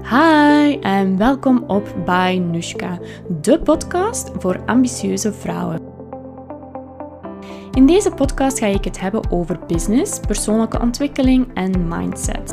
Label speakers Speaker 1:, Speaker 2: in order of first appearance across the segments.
Speaker 1: Hi en welkom op By Nushka, de podcast voor ambitieuze vrouwen. In deze podcast ga ik het hebben over business, persoonlijke ontwikkeling en mindset.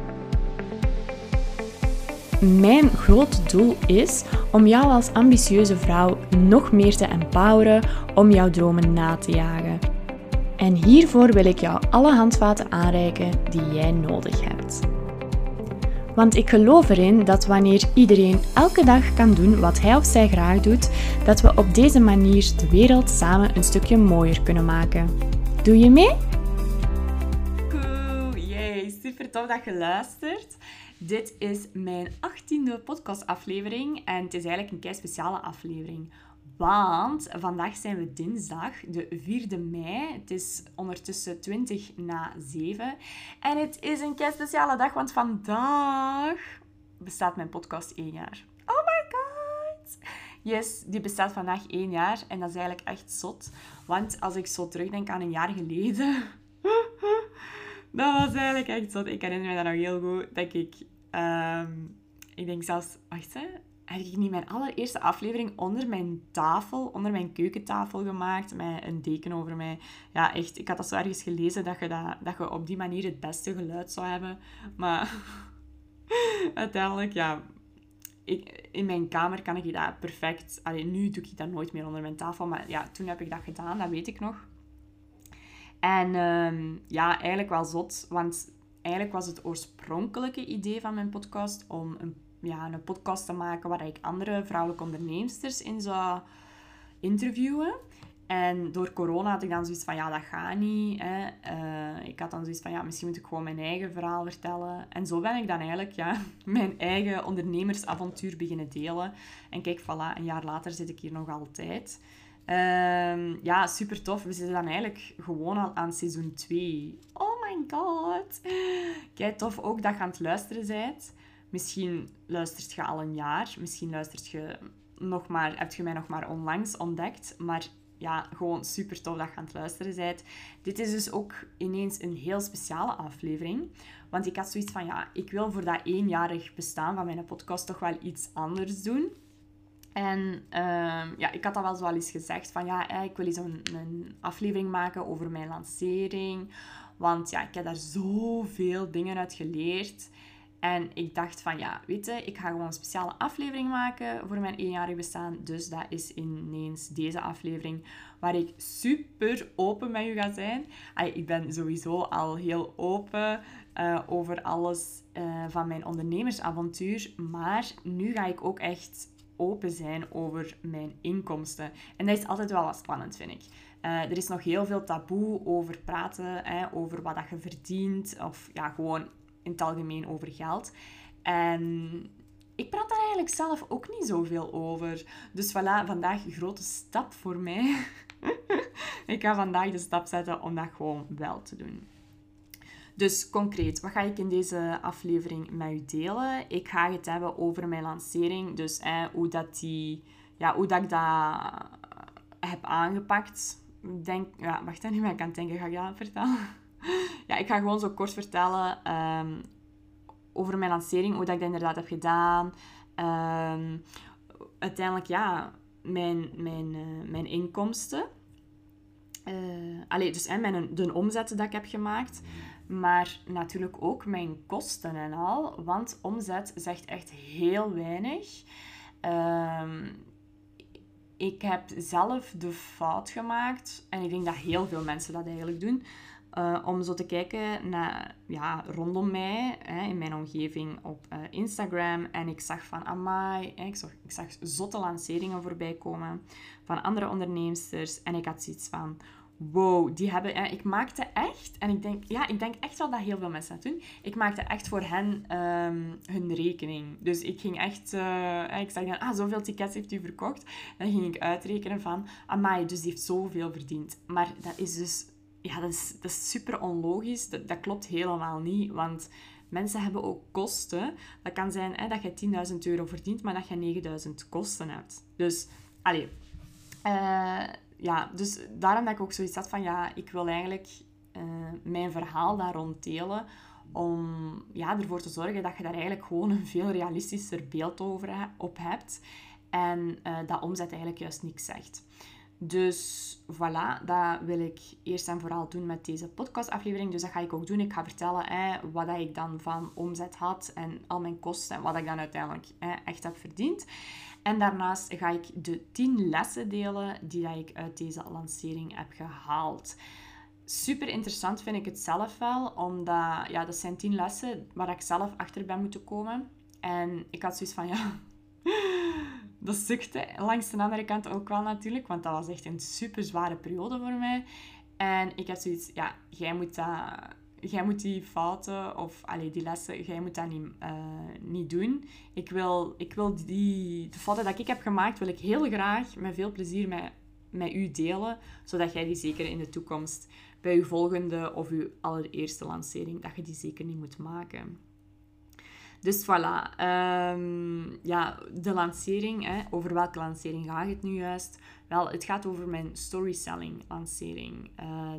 Speaker 1: Mijn grote doel is om jou als ambitieuze vrouw nog meer te empoweren om jouw dromen na te jagen. En hiervoor wil ik jou alle handvaten aanreiken die jij nodig hebt. Want ik geloof erin dat wanneer iedereen elke dag kan doen wat hij of zij graag doet, dat we op deze manier de wereld samen een stukje mooier kunnen maken. Doe je mee? Cool, yay, super tof dat je luistert. Dit is mijn 18e podcastaflevering en het is eigenlijk een kei speciale aflevering. Want vandaag zijn we dinsdag, de 4e mei. Het is ondertussen 7:20. En het is een kei speciale dag, want vandaag bestaat mijn podcast 1 jaar. Oh my god! Yes, die bestaat vandaag 1 jaar. En dat is eigenlijk echt zot. Want als ik zo terugdenk aan een jaar geleden... dat was eigenlijk echt zot. Ik herinner me dat nog heel goed. Dat ik denk zelfs... Wacht, hè. Heb ik niet mijn allereerste aflevering onder mijn keukentafel gemaakt, met een deken over mij. Ja, echt, ik had dat zo ergens gelezen, dat je op die manier het beste geluid zou hebben. Maar uiteindelijk, ja, in mijn kamer kan ik dat perfect... nu doe ik dat nooit meer onder mijn tafel, maar ja, toen heb ik dat gedaan, dat weet ik nog. En ja, eigenlijk wel zot, want eigenlijk was het oorspronkelijke idee van mijn podcast om een podcast te maken waar ik andere vrouwelijke onderneemsters in zou interviewen. En door corona had ik dan zoiets van, ja, dat gaat niet. Hè. Ik had dan zoiets van, ja, misschien moet ik gewoon mijn eigen verhaal vertellen. En zo ben ik dan eigenlijk mijn eigen ondernemersavontuur beginnen delen. En kijk, voilà, een jaar later zit ik hier nog altijd. Ja, super tof. We zitten dan eigenlijk gewoon al aan seizoen 2. Oh my god. Kijk, tof ook dat je aan het luisteren bent. Misschien luistert je al een jaar. Misschien heb je mij nog maar onlangs ontdekt. Maar ja, gewoon super tof dat je aan het luisteren bent. Dit is dus ook ineens een heel speciale aflevering. Want ik had zoiets van, ja, ik wil voor dat 1-jarig bestaan van mijn podcast toch wel iets anders doen. En ja, ik had dat wel zo al eens gezegd van, ja, ik wil eens een aflevering maken over mijn lancering. Want ja, ik heb daar zoveel dingen uit geleerd. En ik dacht van, ja, weet je, ik ga gewoon een speciale aflevering maken voor mijn 1-jarig bestaan. Dus dat is ineens deze aflevering waar ik super open met u ga zijn. Ik ben sowieso al heel open over alles van mijn ondernemersavontuur. Maar nu ga ik ook echt open zijn over mijn inkomsten. En dat is altijd wel wat spannend, vind ik. Er is nog heel veel taboe over praten, over wat dat je verdient. Of ja, gewoon in het algemeen over geld. En ik praat daar eigenlijk zelf ook niet zoveel over. Dus voilà, vandaag een grote stap voor mij. Ik ga vandaag de stap zetten om dat gewoon wel te doen. Dus concreet, wat ga ik in deze aflevering met u delen? Ik ga het hebben over mijn lancering. Dus hoe dat ik dat heb aangepakt. Wacht, nu ben ik aan het denken. Ga ik dat vertellen? Ja, ik ga gewoon zo kort vertellen over mijn lancering, hoe dat ik dat inderdaad heb gedaan. Uiteindelijk, ja, mijn inkomsten. Dus de omzetten dat ik heb gemaakt. Maar natuurlijk ook mijn kosten en al. Want omzet zegt echt heel weinig. Ik heb zelf de fout gemaakt. En ik denk dat heel veel mensen dat eigenlijk doen. Om zo te kijken naar, rondom mij, in mijn omgeving op Instagram. En ik zag van, amai, ik zag zotte lanceringen voorbij komen van andere onderneemsters. En ik had zoiets van, wow, die hebben... ik maakte echt, en ik denk echt wel dat heel veel mensen dat doen. Ik maakte echt voor hen hun rekening. Dus ik ging echt... ik zag dan, zoveel tickets heeft u verkocht. Dan ging ik uitrekenen van, amai, dus die heeft zoveel verdiend. Maar dat is dus... Ja, dat is super onlogisch. Dat klopt helemaal niet, want mensen hebben ook kosten. Dat kan zijn dat je 10.000 euro verdient, maar dat je 9.000 kosten hebt. Dus, dus daarom dat ik ook zoiets had van, ja, ik wil eigenlijk mijn verhaal daar rond delen, om ervoor te zorgen dat je daar eigenlijk gewoon een veel realistischer beeld op hebt. En dat omzet eigenlijk juist niks zegt. Dus voilà, dat wil ik eerst en vooral doen met deze podcastaflevering. Dus dat ga ik ook doen. Ik ga vertellen wat ik dan van omzet had en al mijn kosten en wat ik dan uiteindelijk echt heb verdiend. En daarnaast ga ik de 10 lessen delen die dat ik uit deze lancering heb gehaald. Super interessant vind ik het zelf wel, omdat dat zijn 10 lessen waar ik zelf achter ben moeten komen. En ik had zoiets van, dat sukte langs de andere kant ook wel natuurlijk, want dat was echt een super zware periode voor mij. En ik had zoiets, jij moet die fouten of die lessen, jij moet dat niet doen. Ik wil de fouten dat ik heb gemaakt, wil ik heel graag met veel plezier met u delen, zodat jij die zeker in de toekomst bij je volgende of je allereerste lancering, dat je die zeker niet moet maken. Dus voilà, de lancering, over welke lancering gaat het nu juist? Wel, het gaat over mijn storytelling lancering.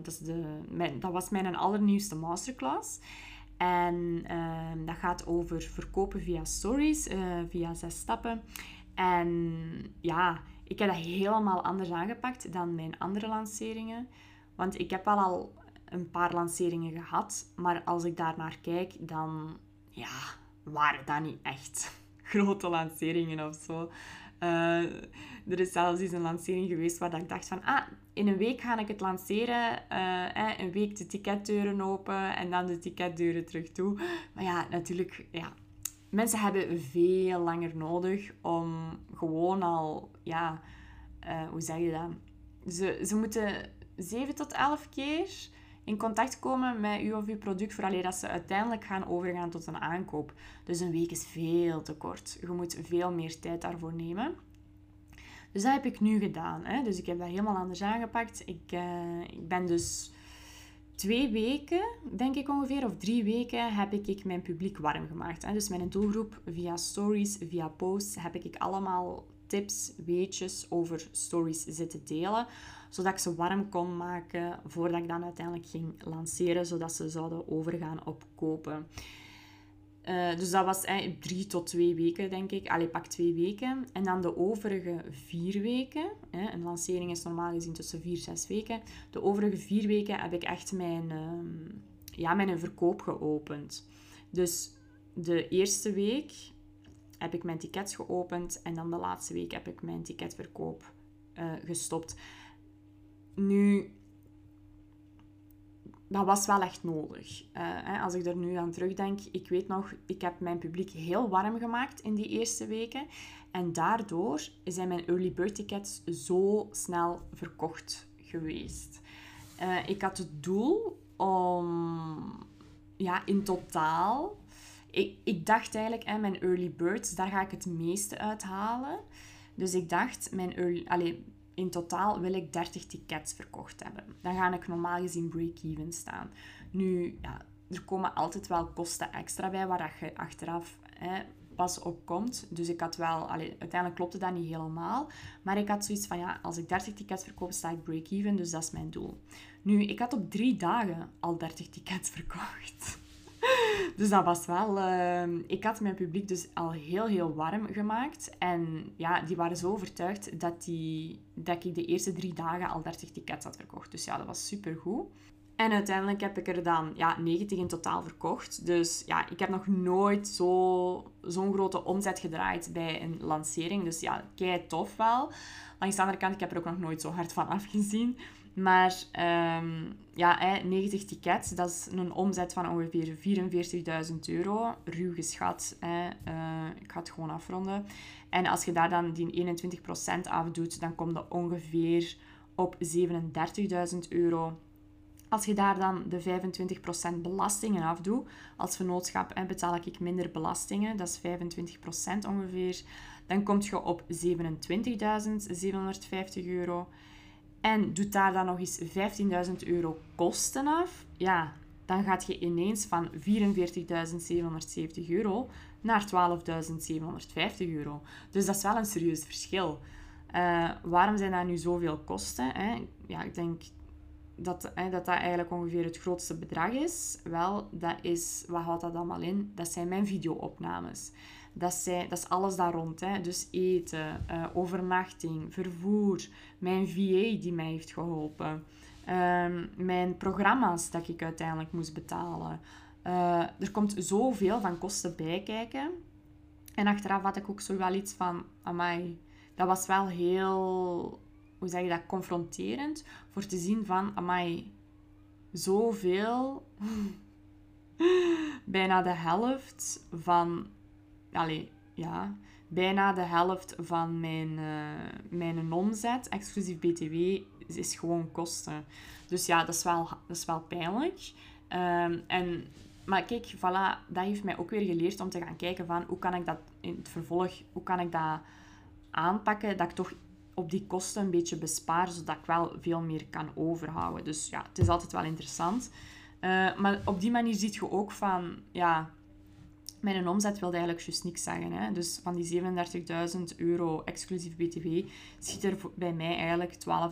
Speaker 1: Dat was mijn allernieuwste masterclass. En dat gaat over verkopen via stories, via 6 stappen. En ik heb dat helemaal anders aangepakt dan mijn andere lanceringen. Want ik heb al een paar lanceringen gehad, maar als ik daar naar kijk, dan waren dat niet echt grote lanceringen of zo. Er is zelfs eens een lancering geweest waar ik dacht van, in een week ga ik het lanceren. Een week de ticketdeuren open en dan de ticketdeuren terug toe. Maar natuurlijk, mensen hebben veel langer nodig om gewoon al, hoe zeg je dat? Ze moeten 7 tot 11 keer in contact komen met u of uw product vooraleer dat ze uiteindelijk gaan overgaan tot een aankoop. Dus een week is veel te kort. Je moet veel meer tijd daarvoor nemen. Dus dat heb ik nu gedaan. Dus ik heb dat helemaal anders aangepakt. Ik ben dus 2 weken, denk ik ongeveer, of 3 weken, heb ik mijn publiek warm gemaakt. Dus mijn doelgroep via stories, via posts, heb ik allemaal tips, weetjes over stories zitten delen, zodat ik ze warm kon maken voordat ik dan uiteindelijk ging lanceren, zodat ze zouden overgaan op kopen. Dus dat was 3 tot 2 weken, denk ik. Pak 2 weken. En dan de overige 4 weken. Een lancering is normaal gezien tussen 4 en 6 weken. De overige 4 weken heb ik echt mijn verkoop geopend. Dus de eerste week heb ik mijn tickets geopend. En dan de laatste week heb ik mijn ticketverkoop gestopt. Nu, dat was wel echt nodig. Als ik er nu aan terugdenk, ik weet nog, ik heb mijn publiek heel warm gemaakt in die eerste weken. En daardoor zijn mijn early bird tickets zo snel verkocht geweest. Ik had het doel om, in totaal, ik dacht eigenlijk, mijn early birds, daar ga ik het meeste uithalen. Dus ik dacht, in totaal wil ik 30 tickets verkocht hebben. Dan ga ik normaal gezien break-even staan. Nu, er komen altijd wel kosten extra bij waar je achteraf pas op komt. Dus ik had wel... uiteindelijk klopte dat niet helemaal. Maar ik had zoiets van, als ik 30 tickets verkoop, sta ik break-even. Dus dat is mijn doel. Nu, ik had op 3 dagen al 30 tickets verkocht. Dus dat was wel... ik had mijn publiek dus al heel warm gemaakt. En die waren zo overtuigd dat ik de eerste 3 dagen al 30 tickets had verkocht. Dus dat was supergoed. En uiteindelijk heb ik er dan 90 in totaal verkocht. Dus ik heb nog nooit zo'n grote omzet gedraaid bij een lancering. Dus kei tof wel. Langs de andere kant, ik heb er ook nog nooit zo hard van afgezien. Maar 90 tickets, dat is een omzet van ongeveer €44.000, ruw geschat. Ik ga het gewoon afronden. En als je daar dan die 21% afdoet, dan kom je ongeveer op €37.000. Als je daar dan de 25% belastingen afdoet, als vennootschap betaal ik minder belastingen, dat is 25% ongeveer, dan kom je op €27.750. En doet daar dan nog eens €15.000 kosten af, dan gaat je ineens van €44.770 naar €12.750. Dus dat is wel een serieus verschil. Waarom zijn dat nu zoveel kosten? Ik denk dat eigenlijk ongeveer het grootste bedrag is. Wel, wat houdt dat allemaal in? Dat zijn mijn video-opnames. Dat is alles daar rond. Hè. Dus eten, overnachting, vervoer, mijn VA die mij heeft geholpen. Mijn programma's dat ik uiteindelijk moest betalen. Er komt zoveel van kosten bij kijken. En achteraf had ik ook zo wel iets van... Amai, dat was wel heel... Hoe zeg je dat? Confronterend. Voor te zien van... Amai, zoveel... Bijna de helft van... Allee, ja... Bijna de helft van mijn omzet, exclusief BTW, is gewoon kosten. Dus ja, dat is wel pijnlijk. Maar kijk, voilà, dat heeft mij ook weer geleerd om te gaan kijken van hoe kan ik dat in het vervolg, hoe kan ik dat aanpakken, dat ik toch op die kosten een beetje bespaar, zodat ik wel veel meer kan overhouden. Dus ja, het is altijd wel interessant. Maar op die manier zie je ook van, ja, mijn omzet wilde eigenlijk juist niks zeggen. Hè? Dus van die €37.000 exclusief BTW schiet er bij mij eigenlijk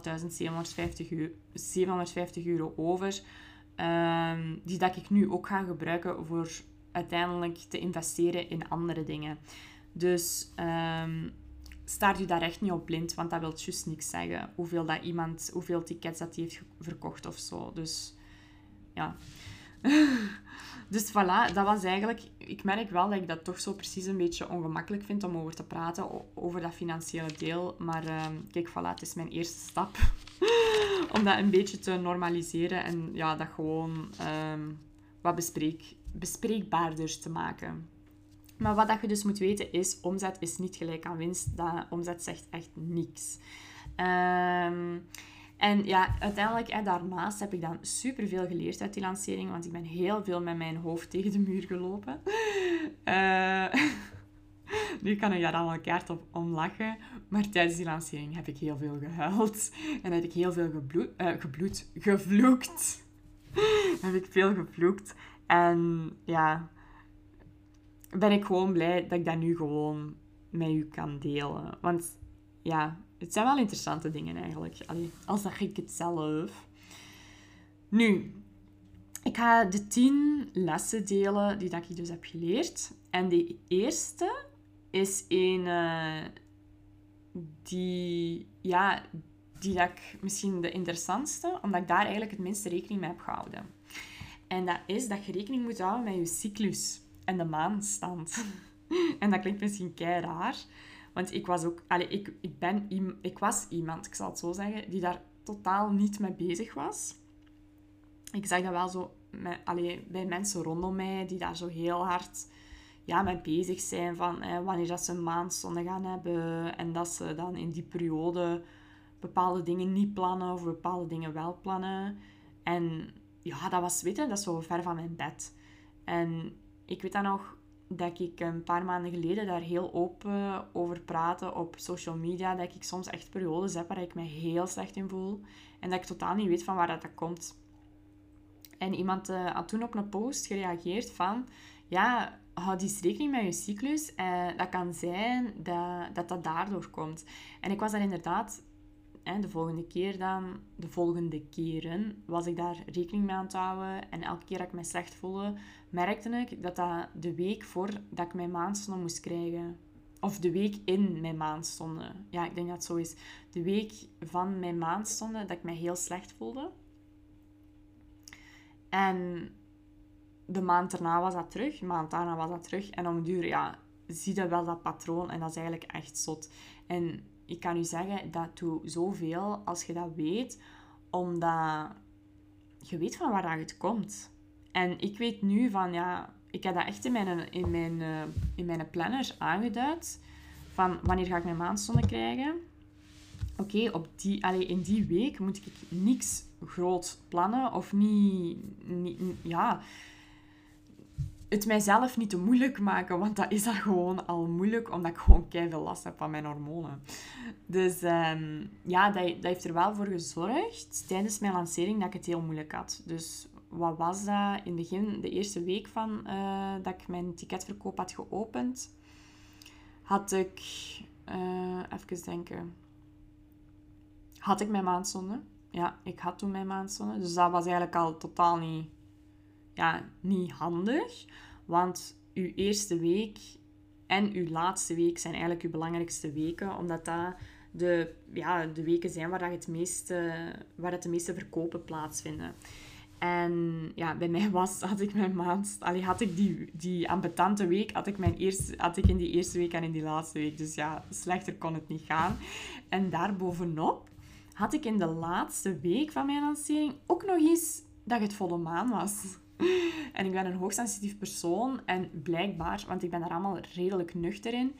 Speaker 1: €12.750 over. Die dat ik nu ook ga gebruiken voor uiteindelijk te investeren in andere dingen. Dus staar u daar echt niet op blind, want dat wil juist niks zeggen. Hoeveel tickets dat die heeft verkocht of zo. Dus ja... Dus voilà, dat was eigenlijk... Ik merk wel dat ik dat toch zo precies een beetje ongemakkelijk vind om over te praten, over dat financiële deel. Maar kijk, voilà, het is mijn eerste stap om dat een beetje te normaliseren en ja, dat gewoon wat bespreekbaarder te maken. Maar wat dat je dus moet weten is, omzet is niet gelijk aan winst. Omzet zegt echt niks. En ja, uiteindelijk, daarnaast heb ik dan superveel geleerd uit die lancering, want ik ben heel veel met mijn hoofd tegen de muur gelopen. Nu kan ik daar allemaal kaart om lachen, maar tijdens die lancering heb ik heel veel gehuild. En heb ik heel veel gevloekt. Heb ik veel gevloekt. En ja, ben ik gewoon blij dat ik dat nu gewoon met u kan delen. Want ja... Het zijn wel interessante dingen eigenlijk. Allee, al zag ik het zelf. Nu, ik ga de 10 lessen delen die dat ik dus heb geleerd. En de eerste is een die dat ik misschien de interessantste, omdat ik daar eigenlijk het minste rekening mee heb gehouden. En dat is dat je rekening moet houden met je cyclus en de maanstand. En dat klinkt misschien kei raar. Want ik was ook... ik was iemand, ik zal het zo zeggen, die daar totaal niet mee bezig was. Ik zag dat wel zo bij mensen rondom mij, die daar zo heel hard mee bezig zijn van wanneer dat ze een maandzonde gaan hebben en dat ze dan in die periode bepaalde dingen niet plannen of bepaalde dingen wel plannen. En ja, dat is zo ver van mijn bed. En ik weet dan nog... dat ik een paar maanden geleden daar heel open over praatte op social media, dat ik soms echt periodes heb waar ik me heel slecht in voel en dat ik totaal niet weet van waar dat komt. En iemand had toen op een post gereageerd van, ja, houd eens rekening met je cyclus. Dat kan zijn dat daardoor komt. En ik was daar inderdaad... de volgende keren was ik daar rekening mee aan het houden. En elke keer dat ik me slecht voelde, merkte ik dat de week voordat ik mijn maandzonde moest krijgen. Of de week in mijn maandzonde. Ja, ik denk dat het zo is. De week van mijn maandzonde, dat ik me heel slecht voelde. En de maand daarna was dat terug. De maand daarna was dat terug. En om een duur, zie je wel dat patroon. En dat is eigenlijk echt zot. En... ik kan u zeggen, dat doet zoveel als je dat weet, omdat je weet van waar het komt. En ik weet nu van, ik heb dat echt in mijn planner aangeduid, van wanneer ga ik mijn maandzonde krijgen. Oké, in die week moet ik niks groot plannen, of het mijzelf niet te moeilijk maken, want dat is dan gewoon al moeilijk, omdat ik gewoon keiveel last heb van mijn hormonen. Dus dat heeft er wel voor gezorgd, tijdens mijn lancering, dat ik het heel moeilijk had. Dus wat was dat? In het begin, de eerste week van dat ik mijn ticketverkoop had geopend, had ik... even denken... had ik mijn maandzonde. Ja, ik had toen mijn maandzonde. Dus dat was eigenlijk al totaal niet handig. Want uw eerste week en uw laatste week zijn eigenlijk uw belangrijkste weken. Omdat dat de weken zijn waar het de meeste verkopen plaatsvinden. En ja, bij mij had ik mijn had ik die ambetante week, had ik in die eerste week en in die laatste week. Dus ja, slechter kon het niet gaan. En daarbovenop had ik in de laatste week van mijn lancering ook nog eens dat het volle maan was. En ik ben een hoogsensitief persoon en blijkbaar, want ik ben daar allemaal redelijk nuchter in,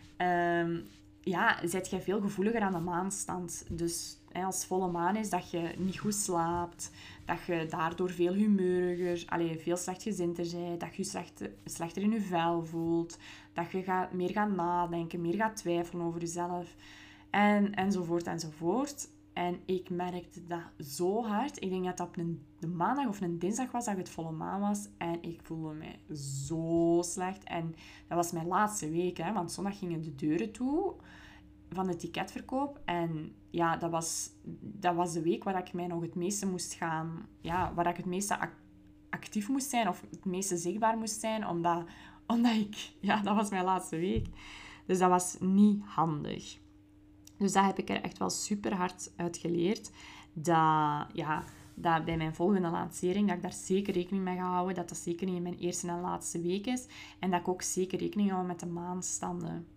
Speaker 1: zet jij veel gevoeliger aan de maanstand. Dus als het volle maan is, dat je niet goed slaapt, dat je daardoor veel humeuriger, veel slechtgezinder bent, dat je je slechter in je vel voelt, dat je meer gaat nadenken, meer gaat twijfelen over jezelf, enzovoort enzovoort. En ik merkte dat zo hard. Ik denk dat dat op een maandag of een dinsdag was, dat het volle maan was. En ik voelde mij zo slecht. En dat was mijn laatste week, hè, want zondag gingen de deuren toe van de ticketverkoop. En ja, dat was de week waar ik mij nog het meeste moest gaan... Ja, waar ik het meeste actief moest zijn of het meeste zichtbaar moest zijn. Omdat ik... Ja, dat was mijn laatste week. Dus dat was niet handig. Dus dat heb ik er echt wel super hard uit geleerd. Dat bij mijn volgende lancering, dat ik daar zeker rekening mee ga houden. Dat dat zeker niet in mijn eerste en laatste week is. En dat ik ook zeker rekening hou met de maanstanden.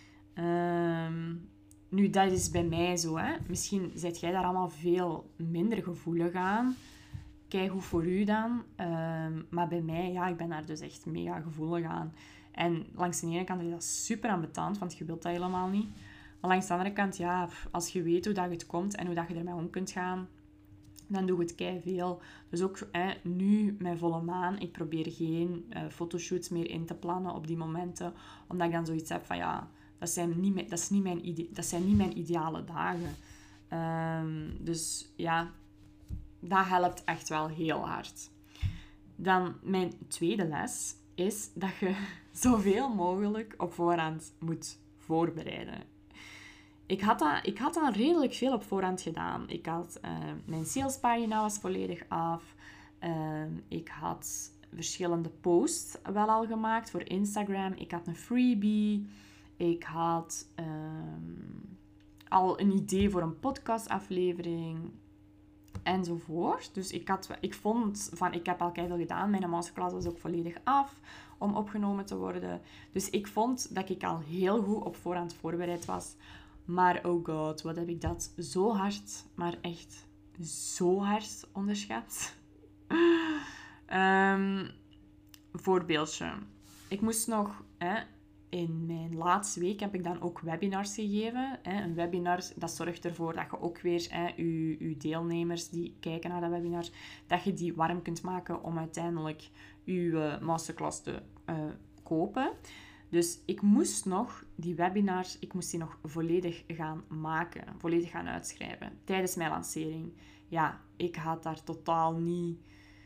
Speaker 1: Nu, dat is bij mij zo. Hè. Misschien zijt jij daar allemaal veel minder gevoelig aan. Kijk hoe voor u dan. Maar bij mij, ja, ik ben daar dus echt mega gevoelig aan. En langs de ene kant is dat super ambetant, want je wilt dat helemaal niet. Maar langs de andere kant, ja, als je weet hoe dat het komt en hoe dat je ermee om kunt gaan, dan doe je het keiveel. Dus ook nu met volle maan, ik probeer geen fotoshoots meer in te plannen op die momenten. Omdat ik dan zoiets heb van, ja, dat zijn niet mijn ideale dagen. Dus ja, dat helpt echt wel heel hard. Dan mijn tweede les is dat je zoveel mogelijk op voorhand moet voorbereiden. Ik had al redelijk veel op voorhand gedaan. Mijn salespagina was volledig af. Ik had verschillende posts wel al gemaakt voor Instagram. Ik had een freebie. Ik had al een idee voor een podcastaflevering. Enzovoort. Dus ik heb al keiveel gedaan. Mijn masterclass was ook volledig af om opgenomen te worden. Dus ik vond dat ik al heel goed op voorhand voorbereid was. Maar oh god, wat heb ik dat zo hard, maar echt zo hard onderschat. Voorbeeldje. Ik moest nog... in mijn laatste week heb ik dan ook webinars gegeven. Een webinar, dat zorgt ervoor dat je ook weer je deelnemers die kijken naar dat webinar, dat je die warm kunt maken om uiteindelijk je masterclass te kopen. Dus ik moest nog die webinars, nog volledig gaan maken, volledig gaan uitschrijven tijdens mijn lancering. Ja, ik had daar totaal niet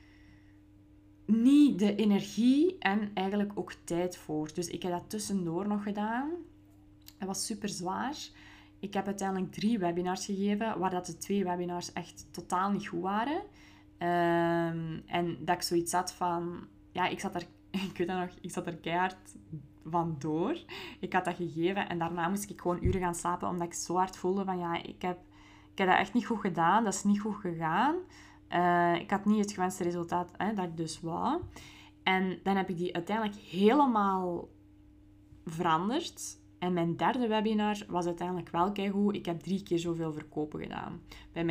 Speaker 1: de energie en eigenlijk ook tijd voor. Dus ik heb dat tussendoor nog gedaan. Het was super zwaar. Ik heb uiteindelijk 3 webinars gegeven, waar dat de 2 webinars echt totaal niet goed waren. En dat ik zoiets had van... Ja, ik weet dat nog, ik zat er keihard van door. Ik had dat gegeven en daarna moest ik gewoon uren gaan slapen, omdat ik zo hard voelde van... Ja, ik heb dat echt niet goed gedaan. Dat is niet goed gegaan. Ik had niet het gewenste resultaat dat ik dus wou. En dan heb ik die uiteindelijk helemaal veranderd. En mijn derde webinar was uiteindelijk wel keigoed. Ik heb 3 keer zoveel verkopen gedaan bij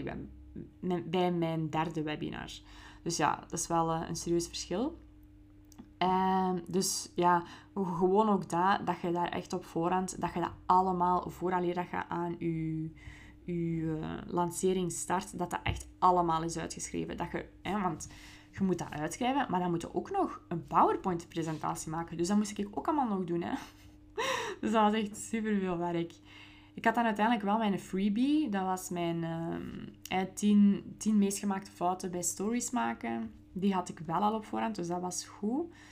Speaker 1: mijn derde webinar. Dus ja, dat is wel een serieus verschil. Dus ja, gewoon ook dat je daar echt op voorhand, dat je dat allemaal, vooraleer dat je aan je lancering start, dat echt allemaal is uitgeschreven. Want je moet dat uitschrijven, maar dan moet je ook nog een PowerPoint-presentatie maken. Dus dat moest ik ook allemaal nog doen. Hè? Dus dat was echt superveel werk. Ik had dan uiteindelijk wel mijn freebie. Dat was mijn 10 meest gemaakte fouten bij stories maken. Die had ik wel al op voorhand, dus dat was goed.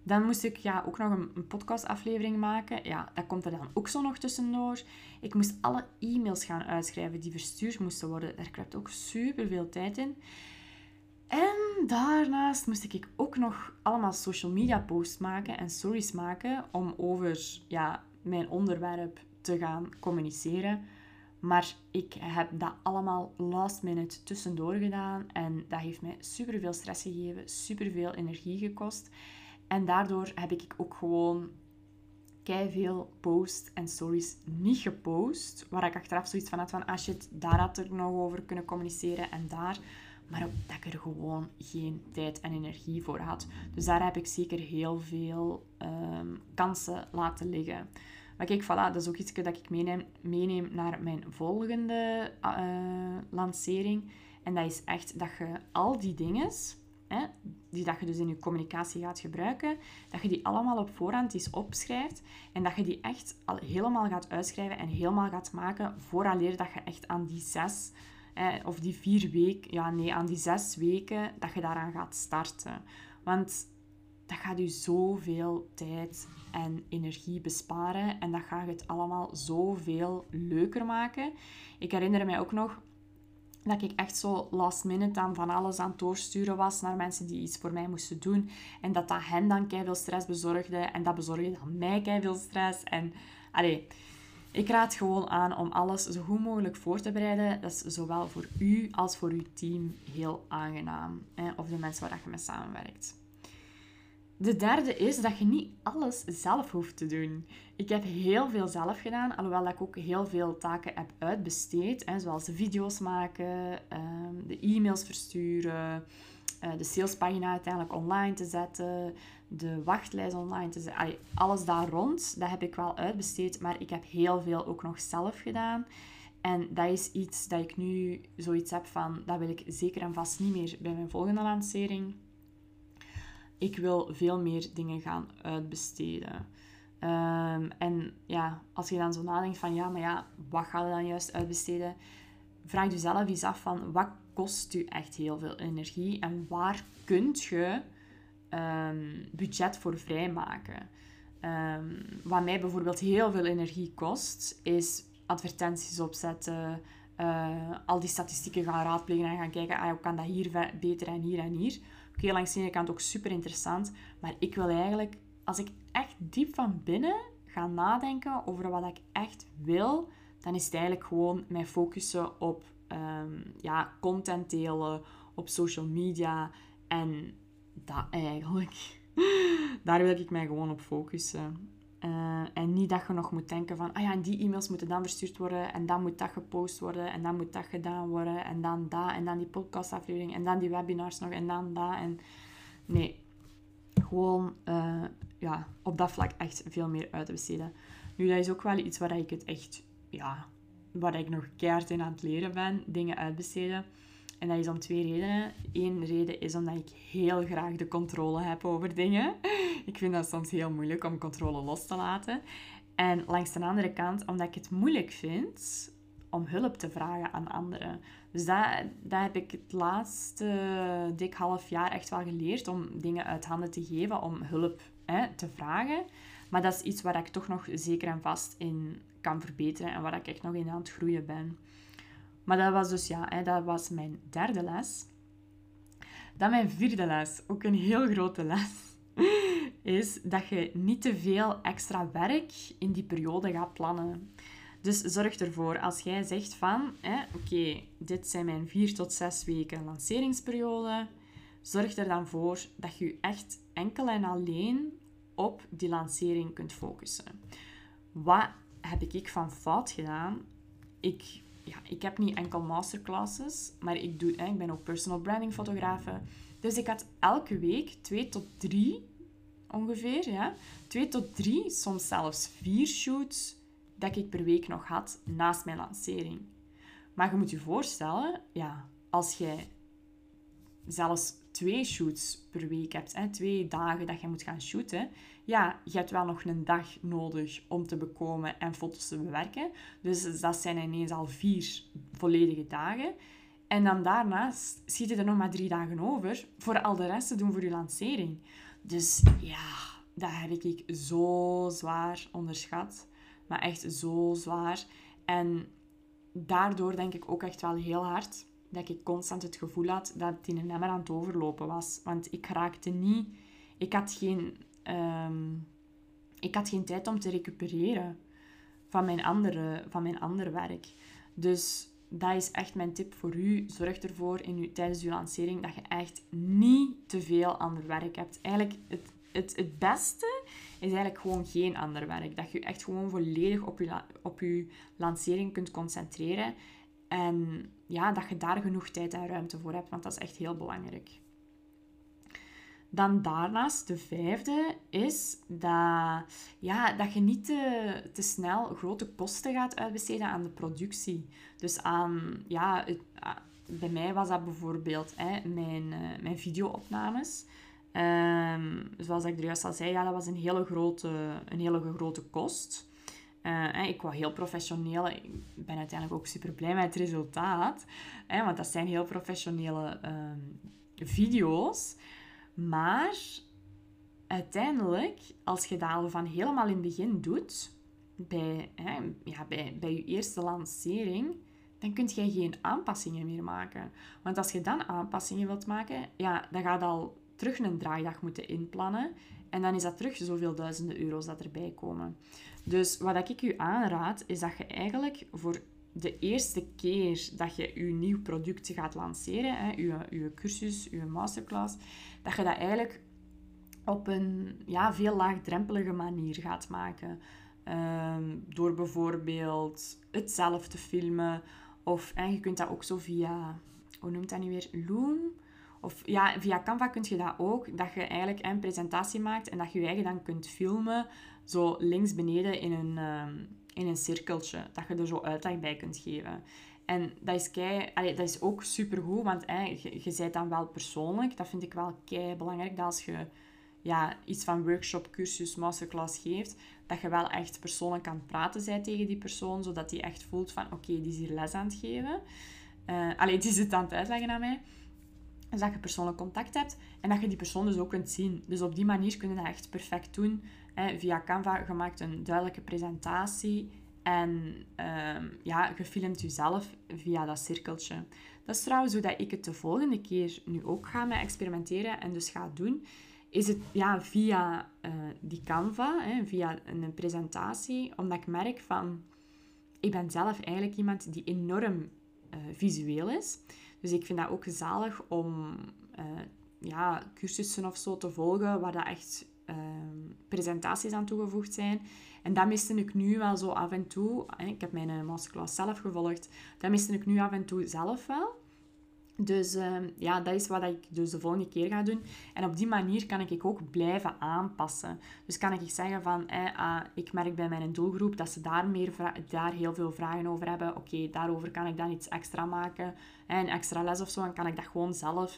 Speaker 1: Dan moest ik ook nog een podcastaflevering maken. Ja, dat komt er dan ook zo nog tussendoor. Ik moest alle e-mails gaan uitschrijven die verstuurd moesten worden. Daar kruipt ook super veel tijd in. En daarnaast moest ik ook nog allemaal social media posts maken en stories maken om over mijn onderwerp te gaan communiceren. Maar ik heb dat allemaal last minute tussendoor gedaan en dat heeft mij superveel stress gegeven, superveel energie gekost. En daardoor heb ik ook gewoon keiveel posts en stories niet gepost, waar ik achteraf zoiets van had van, shit, daar had ik nog over kunnen communiceren en daar. Maar ook dat ik er gewoon geen tijd en energie voor had. Dus daar heb ik zeker heel veel kansen laten liggen. Maar kijk, voilà, dat is ook iets dat ik meeneem naar mijn volgende lancering. En dat is echt dat je al die dingen, die dat je dus in je communicatie gaat gebruiken, dat je die allemaal op voorhand eens opschrijft. En dat je die echt al helemaal gaat uitschrijven en helemaal gaat maken vooraleer dat je echt aan die 6... of die 4 weken, aan die 6 weken, dat je daaraan gaat starten. Want dat gaat je zoveel tijd en energie besparen en dat gaat het allemaal zoveel leuker maken. Ik herinner mij ook nog dat ik echt zo last minute dan van alles aan het doorsturen was naar mensen die iets voor mij moesten doen. En dat hen dan keiveel stress bezorgde en dat bezorgde dan mij keiveel stress. En ik raad gewoon aan om alles zo goed mogelijk voor te bereiden. Dat is zowel voor u als voor uw team heel aangenaam. Of de mensen waar je mee samenwerkt. De derde is dat je niet alles zelf hoeft te doen. Ik heb heel veel zelf gedaan, alhoewel ik ook heel veel taken heb uitbesteed. Zoals de video's maken, de e-mails versturen, de salespagina uiteindelijk online te zetten, de wachtlijst online te zetten. Alles daar rond, dat heb ik wel uitbesteed, maar ik heb heel veel ook nog zelf gedaan. En dat is iets dat ik nu zoiets heb van, dat wil ik zeker en vast niet meer bij mijn volgende lancering. Ik wil veel meer dingen gaan uitbesteden. En als je dan zo nadenkt van, wat ga je dan juist uitbesteden? Vraag jezelf eens af van, wat kost u echt heel veel energie? En waar kunt je budget voor vrijmaken? Wat mij bijvoorbeeld heel veel energie kost, is advertenties opzetten, al die statistieken gaan raadplegen en gaan kijken, hoe kan dat hier beter en hier en hier. Oké, langs de ene kant ook super interessant, maar ik wil eigenlijk, als ik echt diep van binnen ga nadenken over wat ik echt wil, dan is het eigenlijk gewoon mij focussen op content delen, op social media en dat eigenlijk. Daar wil ik mij gewoon op focussen. En niet dat je nog moet denken van, en die e-mails moeten dan verstuurd worden, en dan moet dat gepost worden, en dan moet dat gedaan worden, en dan dat, en dan die podcastaflevering, en dan die webinars nog, en dan dat. En nee, gewoon op dat vlak echt veel meer uit te besteden. Nu, dat is ook wel iets waar ik het echt, waar ik nog keihard in aan het leren ben, dingen uitbesteden. En dat is om 2 redenen. Eén reden is omdat ik heel graag de controle heb over dingen. Ik vind dat soms heel moeilijk om controle los te laten. En langs de andere kant, omdat ik het moeilijk vind om hulp te vragen aan anderen. Dus dat heb ik het laatste dik half jaar echt wel geleerd, om dingen uit handen te geven, om hulp te vragen. Maar dat is iets waar ik toch nog zeker en vast in kan verbeteren en waar ik echt nog in aan het groeien ben. Maar dat was dus, dat was mijn 3e les. Dan mijn 4e les, ook een heel grote les, is dat je niet te veel extra werk in die periode gaat plannen. Dus zorg ervoor, als jij zegt van, oké, dit zijn mijn 4 tot 6 weken lanceringsperiode, zorg er dan voor dat je echt enkel en alleen op die lancering kunt focussen. Wat heb ik van fout gedaan? Ik heb niet enkel masterclasses, maar ik ben ook personal branding fotografe. Dus ik had elke week 2 tot 3 ongeveer, 2 tot 3, soms zelfs 4 shoots dat ik per week nog had naast mijn lancering. Maar je moet je voorstellen, als jij zelfs 2 shoots per week hebt, 2 dagen dat je moet gaan shooten, je hebt wel nog een dag nodig om te bekomen en foto's te bewerken. Dus dat zijn ineens al 4 volledige dagen. En dan daarnaast schieten er nog maar 3 dagen over voor al de rest te doen voor je lancering. Dus dat heb ik zo zwaar onderschat. Maar echt zo zwaar. En daardoor denk ik ook echt wel heel hard dat ik constant het gevoel had dat het in een emmer aan het overlopen was. Want ik raakte niet... Ik had geen tijd om te recupereren van mijn andere werk. Dus dat is echt mijn tip voor u. Zorg ervoor tijdens uw lancering dat je echt niet te veel ander werk hebt. Eigenlijk, het beste is eigenlijk gewoon geen ander werk. Dat je echt gewoon volledig op je lancering kunt concentreren. En ja, dat je daar genoeg tijd en ruimte voor hebt, want dat is echt heel belangrijk. Dan daarnaast, de 5e, is dat je niet te snel grote kosten gaat uitbesteden aan de productie. Dus bij mij was dat bijvoorbeeld mijn video-opnames. Zoals ik er juist al zei, dat was een hele grote kost. Ik wou heel professioneel. Ik ben uiteindelijk ook super blij met het resultaat. Want dat zijn heel professionele video's. Maar uiteindelijk, als je dat al van helemaal in het begin doet, bij je eerste lancering, dan kun je geen aanpassingen meer maken. Want als je dan aanpassingen wilt maken, dan ga je al terug een draaidag moeten inplannen. En dan is dat terug zoveel duizenden euro's dat erbij komen. Dus wat ik u aanraad, is dat je eigenlijk voor de eerste keer dat je je nieuw product gaat lanceren, je cursus, je masterclass, dat je dat eigenlijk op een veel laagdrempelige manier gaat maken. Door bijvoorbeeld het zelf te filmen. Of je kunt dat ook zo via, hoe noemt dat nu weer? Loom? Of via Canva kun je dat ook. Dat je eigenlijk een presentatie maakt en dat je je eigen dan kunt filmen. Zo links beneden in een cirkeltje. Dat je er zo uitleg bij kunt geven. En dat is ook supergoed, want je bent dan wel persoonlijk. Dat vind ik wel belangrijk, dat als je iets van workshop, cursus, masterclass geeft, dat je wel echt persoonlijk aan het praten bent tegen die persoon, zodat die echt voelt van, oké, die is hier les aan het geven. Die zit aan het uitleggen aan mij. Dus dat je persoonlijk contact hebt en dat je die persoon dus ook kunt zien. Dus op die manier kun je dat echt perfect doen. Via Canva, je maakt een duidelijke presentatie en je filmt jezelf via dat cirkeltje. Dat is trouwens hoe dat ik het de volgende keer nu ook ga mee experimenteren en dus ga doen. Is het via die Canva, via een presentatie, omdat ik merk van... Ik ben zelf eigenlijk iemand die enorm visueel is. Dus ik vind dat ook zalig om cursussen of zo te volgen waar dat echt presentaties aan toegevoegd zijn. En dat miste ik nu wel zo af en toe. Ik heb mijn masterclass zelf gevolgd. Dat miste ik nu af en toe zelf wel. Dus dat is wat ik dus de volgende keer ga doen. En op die manier kan ik ook blijven aanpassen. Dus kan ik zeggen van, ik merk bij mijn doelgroep dat ze daar heel veel vragen over hebben. Oké, daarover kan ik dan iets extra maken. Een extra les of zo. En kan ik dat gewoon zelf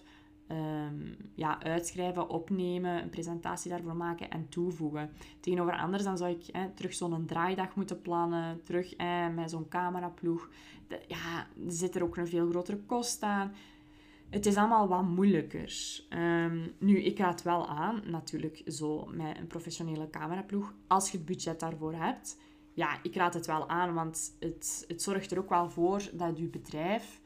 Speaker 1: uitschrijven, opnemen, een presentatie daarvoor maken en toevoegen. Tegenover anders dan zou ik terug zo'n draaidag moeten plannen. Terug met zo'n cameraploeg. Er zit er ook een veel grotere kost aan. Het is allemaal wat moeilijker. Nu, ik raad wel aan, natuurlijk zo met een professionele cameraploeg, als je het budget daarvoor hebt. Ja, ik raad het wel aan, want het zorgt er ook wel voor dat je bedrijf...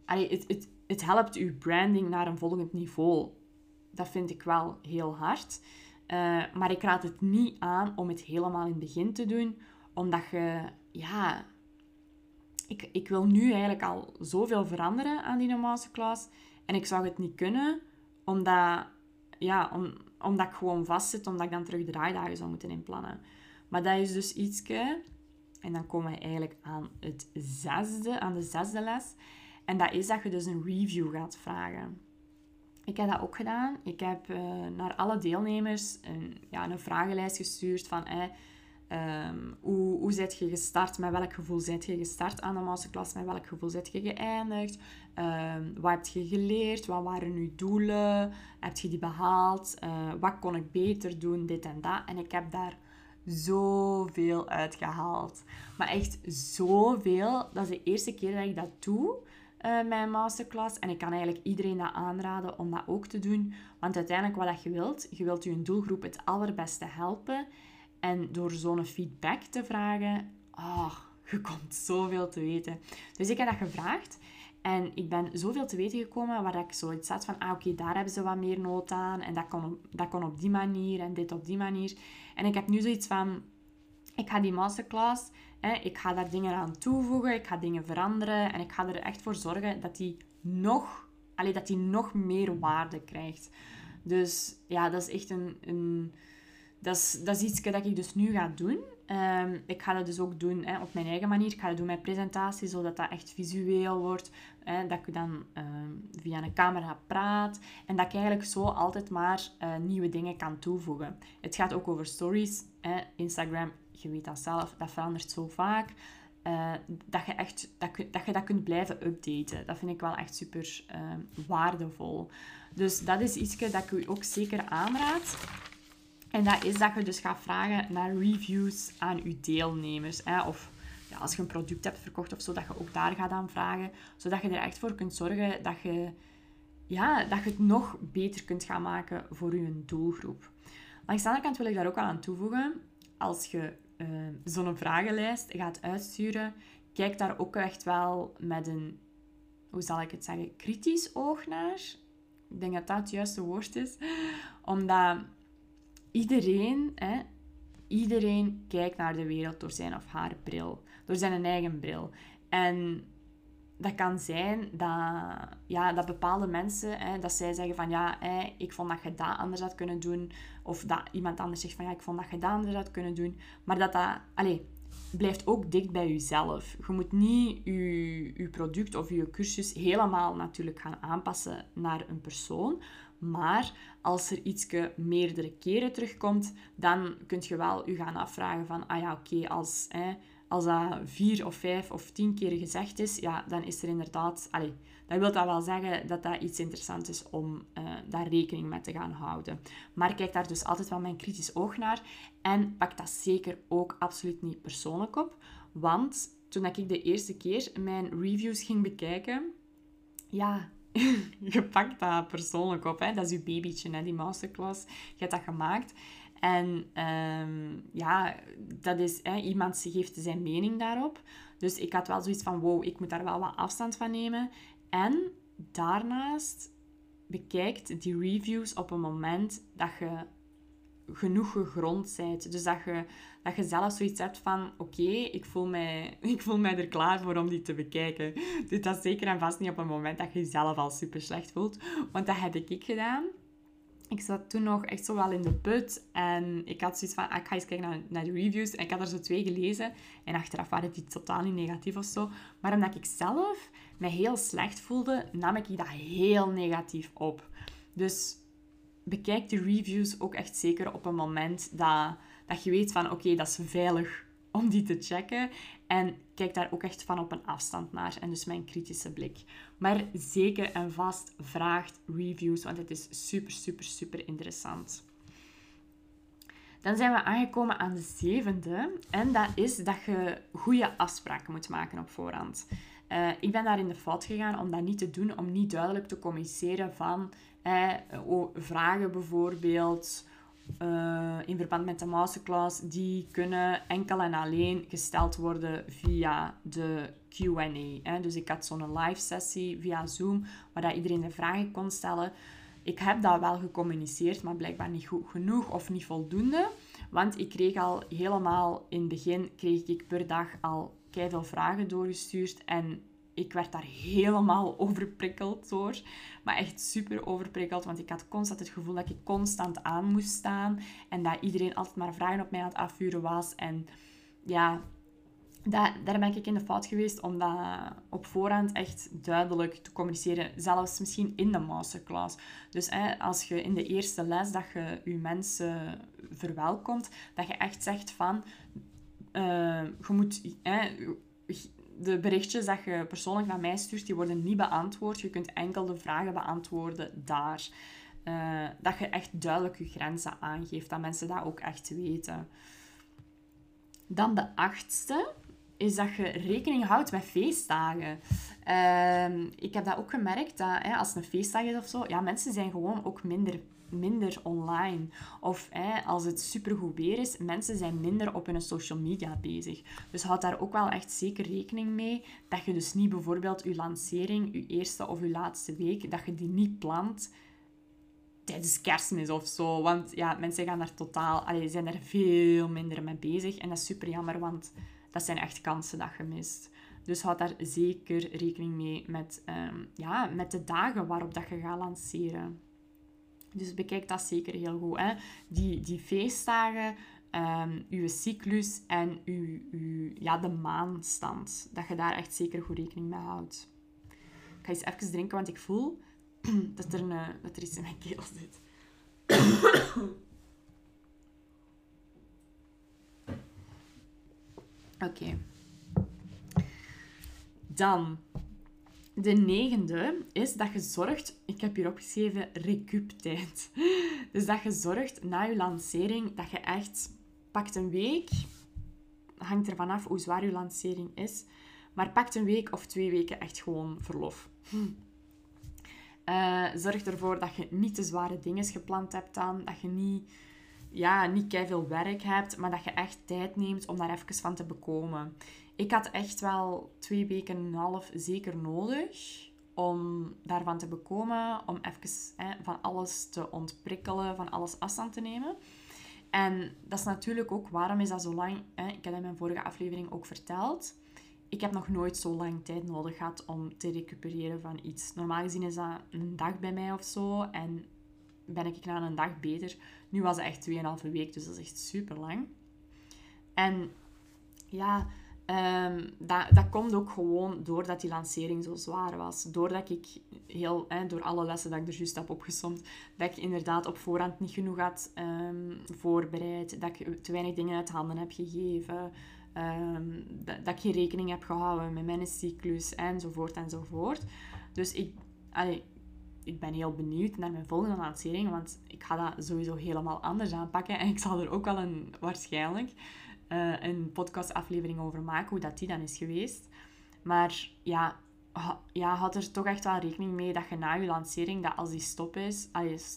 Speaker 1: Het helpt je branding naar een volgend niveau. Dat vind ik wel heel hard. Maar ik raad het niet aan om het helemaal in het begin te doen, omdat je... Ik wil nu eigenlijk al zoveel veranderen aan die masterclass. En ik zou het niet kunnen, omdat ik gewoon vastzit, omdat ik dan terug draaidagen zou moeten inplannen. Maar dat is dus ietske... En dan komen we eigenlijk aan de zesde les. En dat is dat je dus een review gaat vragen. Ik heb dat ook gedaan. Ik heb naar alle deelnemers een vragenlijst gestuurd van... hoe zit je gestart? Met welk gevoel zit je gestart aan de masterclass? Met welk gevoel zit je geëindigd? Wat heb je geleerd? Wat waren je doelen? Heb je die behaald? Wat kon ik beter doen? Dit en dat. En ik heb daar zoveel uitgehaald. Maar echt zoveel. Dat is de eerste keer dat ik dat doe. mijn masterclass. En ik kan eigenlijk iedereen dat aanraden om dat ook te doen. Want uiteindelijk wat je wilt je doelgroep het allerbeste helpen. En door zo'n feedback te vragen, je komt zoveel te weten. Dus ik heb dat gevraagd. En ik ben zoveel te weten gekomen waar ik zoiets had van, oké, daar hebben ze wat meer nood aan. En dat kon op die manier en dit op die manier. En ik heb nu zoiets van, ik ga die masterclass, ik ga daar dingen aan toevoegen, ik ga dingen veranderen. En ik ga er echt voor zorgen dat die nog meer waarde krijgt. Dus ja, dat is echt dat is iets dat ik dus nu ga doen. Ik ga dat dus ook doen op mijn eigen manier. Ik ga dat doen met presentatie, zodat dat echt visueel wordt. Dat ik dan via een camera praat. En dat ik eigenlijk zo altijd maar nieuwe dingen kan toevoegen. Het gaat ook over stories. Instagram, je weet dat zelf, dat verandert zo vaak. Dat je dat kunt blijven updaten. Dat vind ik wel echt super waardevol. Dus dat is iets dat ik u ook zeker aanraad. En dat is dat je dus gaat vragen naar reviews aan je deelnemers. Of ja, als je een product hebt verkocht of zo, dat je ook daar gaat aan vragen. Zodat je er echt voor kunt zorgen dat je het nog beter kunt gaan maken voor je doelgroep. Langs de andere kant wil ik daar ook al aan toevoegen. Als je zo'n vragenlijst gaat uitsturen, kijk daar ook echt wel met een, hoe zal ik het zeggen, kritisch oog naar. Ik denk dat dat het juiste woord is. Omdat iedereen kijkt naar de wereld door zijn of haar bril. Door zijn eigen bril. En dat kan zijn dat bepaalde mensen, dat zij zeggen van ik vond dat je dat anders had kunnen doen. Of dat iemand anders zegt van ik vond dat je dat anders had kunnen doen. Maar dat blijft ook dicht bij jezelf. Je moet niet je product of je cursus helemaal natuurlijk gaan aanpassen naar een persoon. Maar als er iets meerdere keren terugkomt, dan kun je wel je gaan afvragen van, als dat 4 of 5 of 10 keer gezegd is, ja, dan is er inderdaad... dan wil dat wel zeggen dat dat iets interessants is om daar rekening mee te gaan houden. Maar kijk daar dus altijd wel met een kritisch oog naar. En pak dat zeker ook absoluut niet persoonlijk op. Want toen ik de eerste keer mijn reviews ging bekijken... Ja, je pakt dat persoonlijk op. Dat is je babytje, die masterclass. Je hebt dat gemaakt. En dat is... iemand geeft zijn mening daarop. Dus ik had wel zoiets van... Wow, ik moet daar wel wat afstand van nemen. En daarnaast bekijkt die reviews op een moment dat je genoeg gegrond bent. Dus dat je zelf zoiets hebt van... Oké, ik voel mij er klaar voor om die te bekijken. Dus dat is zeker en vast niet op een moment dat je jezelf al super slecht voelt. Want dat heb ik gedaan. Ik zat toen nog echt zo wel in de put. En ik had zoiets van... Ik ga eens kijken naar de reviews. En ik had er zo 2 gelezen. En achteraf waren die totaal niet negatief of zo. Maar omdat ik zelf me heel slecht voelde, nam ik dat heel negatief op. Dus... bekijk de reviews ook echt zeker op een moment dat je weet van oké, dat is veilig om die te checken. En kijk daar ook echt van op een afstand naar. En dus met een kritische blik. Maar zeker en vast vraagt reviews, want het is super, super, super interessant. Dan zijn we aangekomen aan de 7e. En dat is dat je goede afspraken moet maken op voorhand. Ik ben daar in de fout gegaan om dat niet te doen, om niet duidelijk te communiceren van vragen bijvoorbeeld in verband met de masterclass, die kunnen enkel en alleen gesteld worden via de Q&A. Dus ik had zo'n live sessie via Zoom, waar dat iedereen de vragen kon stellen. Ik heb dat wel gecommuniceerd, maar blijkbaar niet goed genoeg of niet voldoende. Want ik kreeg al helemaal in het begin, per dag al keiveel vragen doorgestuurd. En ik werd daar helemaal overprikkeld door. Maar echt super overprikkeld, want ik had constant het gevoel dat ik constant aan moest staan. En dat iedereen altijd maar vragen op mij aan het afvuren was. En ja... daar ben ik in de fout geweest om dat op voorhand echt duidelijk te communiceren. Zelfs misschien in de masterclass. Dus als je in de eerste les dat je je mensen verwelkomt, dat je echt zegt van... je moet... de berichtjes dat je persoonlijk naar mij stuurt, die worden niet beantwoord. Je kunt enkel de vragen beantwoorden daar. Dat je echt duidelijk je grenzen aangeeft. Dat mensen dat ook echt weten. Dan de 8e. is dat je rekening houdt met feestdagen. Ik heb dat ook gemerkt, dat als het een feestdag is of zo, ja, mensen zijn gewoon ook minder online. Of als het supergoed weer is, mensen zijn minder op hun social media bezig. Dus houd daar ook wel echt zeker rekening mee, dat je dus niet bijvoorbeeld je lancering, je eerste of je laatste week, dat je die niet plant tijdens Kerstmis of zo. Want ja, mensen gaan daar zijn daar veel minder mee bezig. En dat is super jammer, want dat zijn echt kansen dat je mist. Dus houd daar zeker rekening mee met de dagen waarop dat je gaat lanceren. Dus bekijk dat zeker heel goed. Hè? Die feestdagen, uw cyclus en de maanstand. Dat je daar echt zeker goed rekening mee houdt. Ik ga eens even drinken, want ik voel dat er iets in mijn keel zit. Oké. Dan, de 9e is dat je zorgt... Ik heb hier opgeschreven recup-tijd. Dus dat je zorgt na je lancering dat je echt pakt een week. Hangt ervan af hoe zwaar je lancering is. Maar pakt een week of 2 weken echt gewoon verlof. Zorg ervoor dat je niet te zware dingen gepland hebt dan. Dat je niet keiveel werk hebt, maar dat je echt tijd neemt om daar even van te bekomen. Ik had echt wel 2 weken en een half zeker nodig om daarvan te bekomen. Om even van alles te ontprikkelen, van alles afstand te nemen. En dat is natuurlijk ook, waarom is dat zo lang? Ik heb dat in mijn vorige aflevering ook verteld. Ik heb nog nooit zo lang tijd nodig gehad om te recupereren van iets. Normaal gezien is dat een dag bij mij of zo. En ben ik na een dag beter. Nu was het echt 2,5 week, dus dat is echt super lang. En ja, dat komt ook gewoon doordat die lancering zo zwaar was. Doordat ik door alle lessen dat ik er juist heb opgesomd, dat ik inderdaad op voorhand niet genoeg had voorbereid. Dat ik te weinig dingen uit handen heb gegeven. Dat ik geen rekening heb gehouden met mijn cyclus, enzovoort, enzovoort. Dus ik ben heel benieuwd naar mijn volgende lancering, want ik ga dat sowieso helemaal anders aanpakken. En ik zal er ook wel waarschijnlijk een podcastaflevering over maken, hoe dat die dan is geweest. Maar houd er toch echt wel rekening mee dat je na je lancering, dat als die stop is,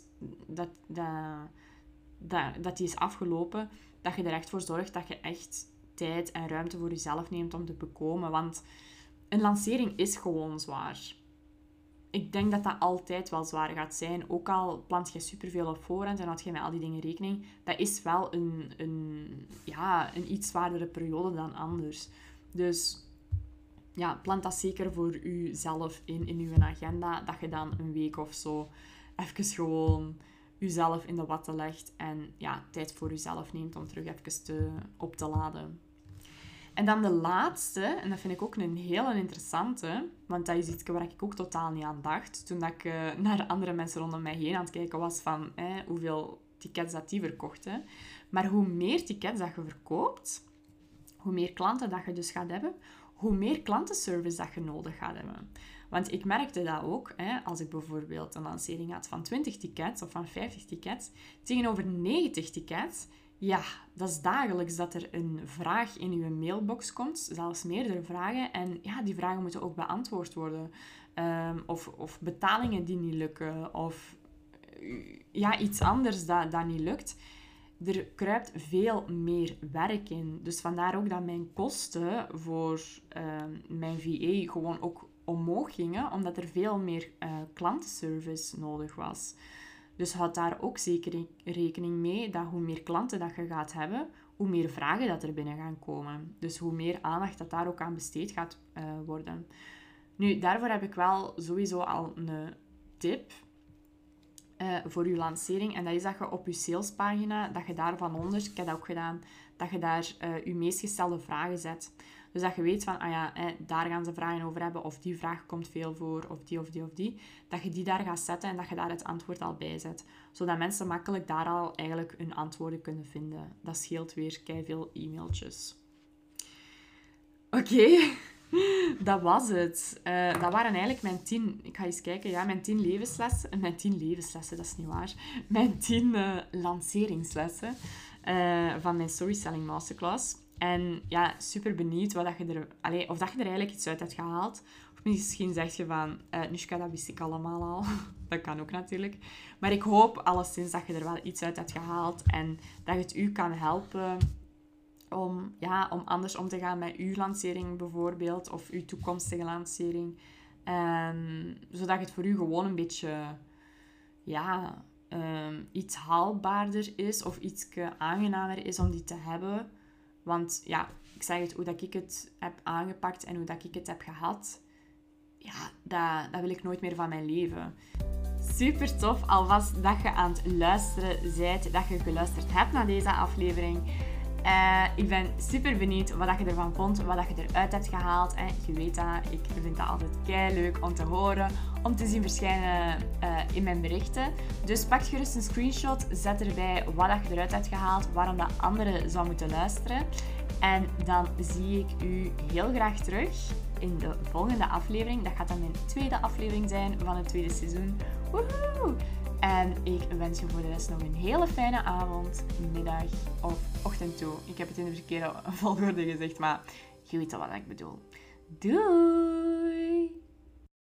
Speaker 1: dat die is afgelopen, dat je er echt voor zorgt dat je echt tijd en ruimte voor jezelf neemt om te bekomen. Want een lancering is gewoon zwaar. Ik denk dat dat altijd wel zwaar gaat zijn. Ook al plant je superveel op voorhand en houd je met al die dingen rekening. Dat is wel een iets zwaardere periode dan anders. Dus ja, plant dat zeker voor jezelf in uw agenda. Dat je dan een week of zo even gewoon jezelf in de watten legt. En ja, tijd voor jezelf neemt om terug even op te laden. En dan de laatste, en dat vind ik ook een hele interessante, want dat is iets waar ik ook totaal niet aan dacht, toen ik naar andere mensen rondom mij heen aan het kijken was van hoeveel tickets dat die verkochten. Maar hoe meer tickets dat je verkoopt, hoe meer klanten dat je dus gaat hebben, hoe meer klantenservice dat je nodig gaat hebben. Want ik merkte dat ook, als ik bijvoorbeeld een lancering had van 20 tickets of van 50 tickets, tegenover 90 tickets... Ja, dat is dagelijks dat er een vraag in uw mailbox komt, zelfs meerdere vragen. En ja, die vragen moeten ook beantwoord worden. Of betalingen die niet lukken, of iets anders dat niet lukt. Er kruipt veel meer werk in. Dus vandaar ook dat mijn kosten voor mijn VA gewoon ook omhoog gingen, omdat er veel meer klantenservice nodig was. Dus houd daar ook zeker rekening mee dat hoe meer klanten dat je gaat hebben, hoe meer vragen dat er binnen gaan komen. Dus hoe meer aandacht dat daar ook aan besteed gaat worden. Nu, daarvoor heb ik wel sowieso al een tip voor je lancering. En dat is dat je op je salespagina, dat je daar van onder, ik heb dat ook gedaan, dat je daar je meest gestelde vragen zet. Dus dat je weet van, daar gaan ze vragen over hebben, of die vraag komt veel voor, of die, of die, of die. Dat je die daar gaat zetten en dat je daar het antwoord al bij zet. Zodat mensen makkelijk daar al eigenlijk hun antwoorden kunnen vinden. Dat scheelt weer keiveel e-mailtjes. Oké. Dat was het. Dat waren eigenlijk mijn 10... Ik ga eens kijken. Ja, mijn 10 levenslessen. Mijn 10 levenslessen, dat is niet waar. Mijn 10 lanceringslessen van mijn Storytelling Masterclass. En ja, super benieuwd of dat je er eigenlijk iets uit hebt gehaald. Of misschien zeg je van, Nushka, dat wist ik allemaal al. Dat kan ook natuurlijk. Maar ik hoop alleszins dat je er wel iets uit hebt gehaald. En dat het u kan helpen om anders om te gaan met uw lancering bijvoorbeeld. Of uw toekomstige lancering. Zodat het voor u gewoon een beetje iets haalbaarder is. Of iets aangenamer is om die te hebben. Want ja, ik zeg het, hoe dat ik het heb aangepakt en hoe dat ik het heb gehad, ja, dat wil ik nooit meer van mijn leven. Super tof alvast dat je aan het luisteren bent, dat je geluisterd hebt naar deze aflevering. Ik ben super benieuwd wat je ervan vond, wat je eruit hebt gehaald. Je weet dat, ik vind dat altijd keileuk om te horen, om te zien verschijnen in mijn berichten. Dus pak gerust een screenshot, zet erbij wat je eruit hebt gehaald, waarom dat anderen zou moeten luisteren. En dan zie ik u heel graag terug in de volgende aflevering. Dat gaat dan mijn tweede aflevering zijn van het tweede seizoen. Woehoe! En ik wens je voor de rest nog een hele fijne avond, middag of ochtend toe. Ik heb het in de verkeerde volgorde gezegd, maar je weet al wat ik bedoel. Doei!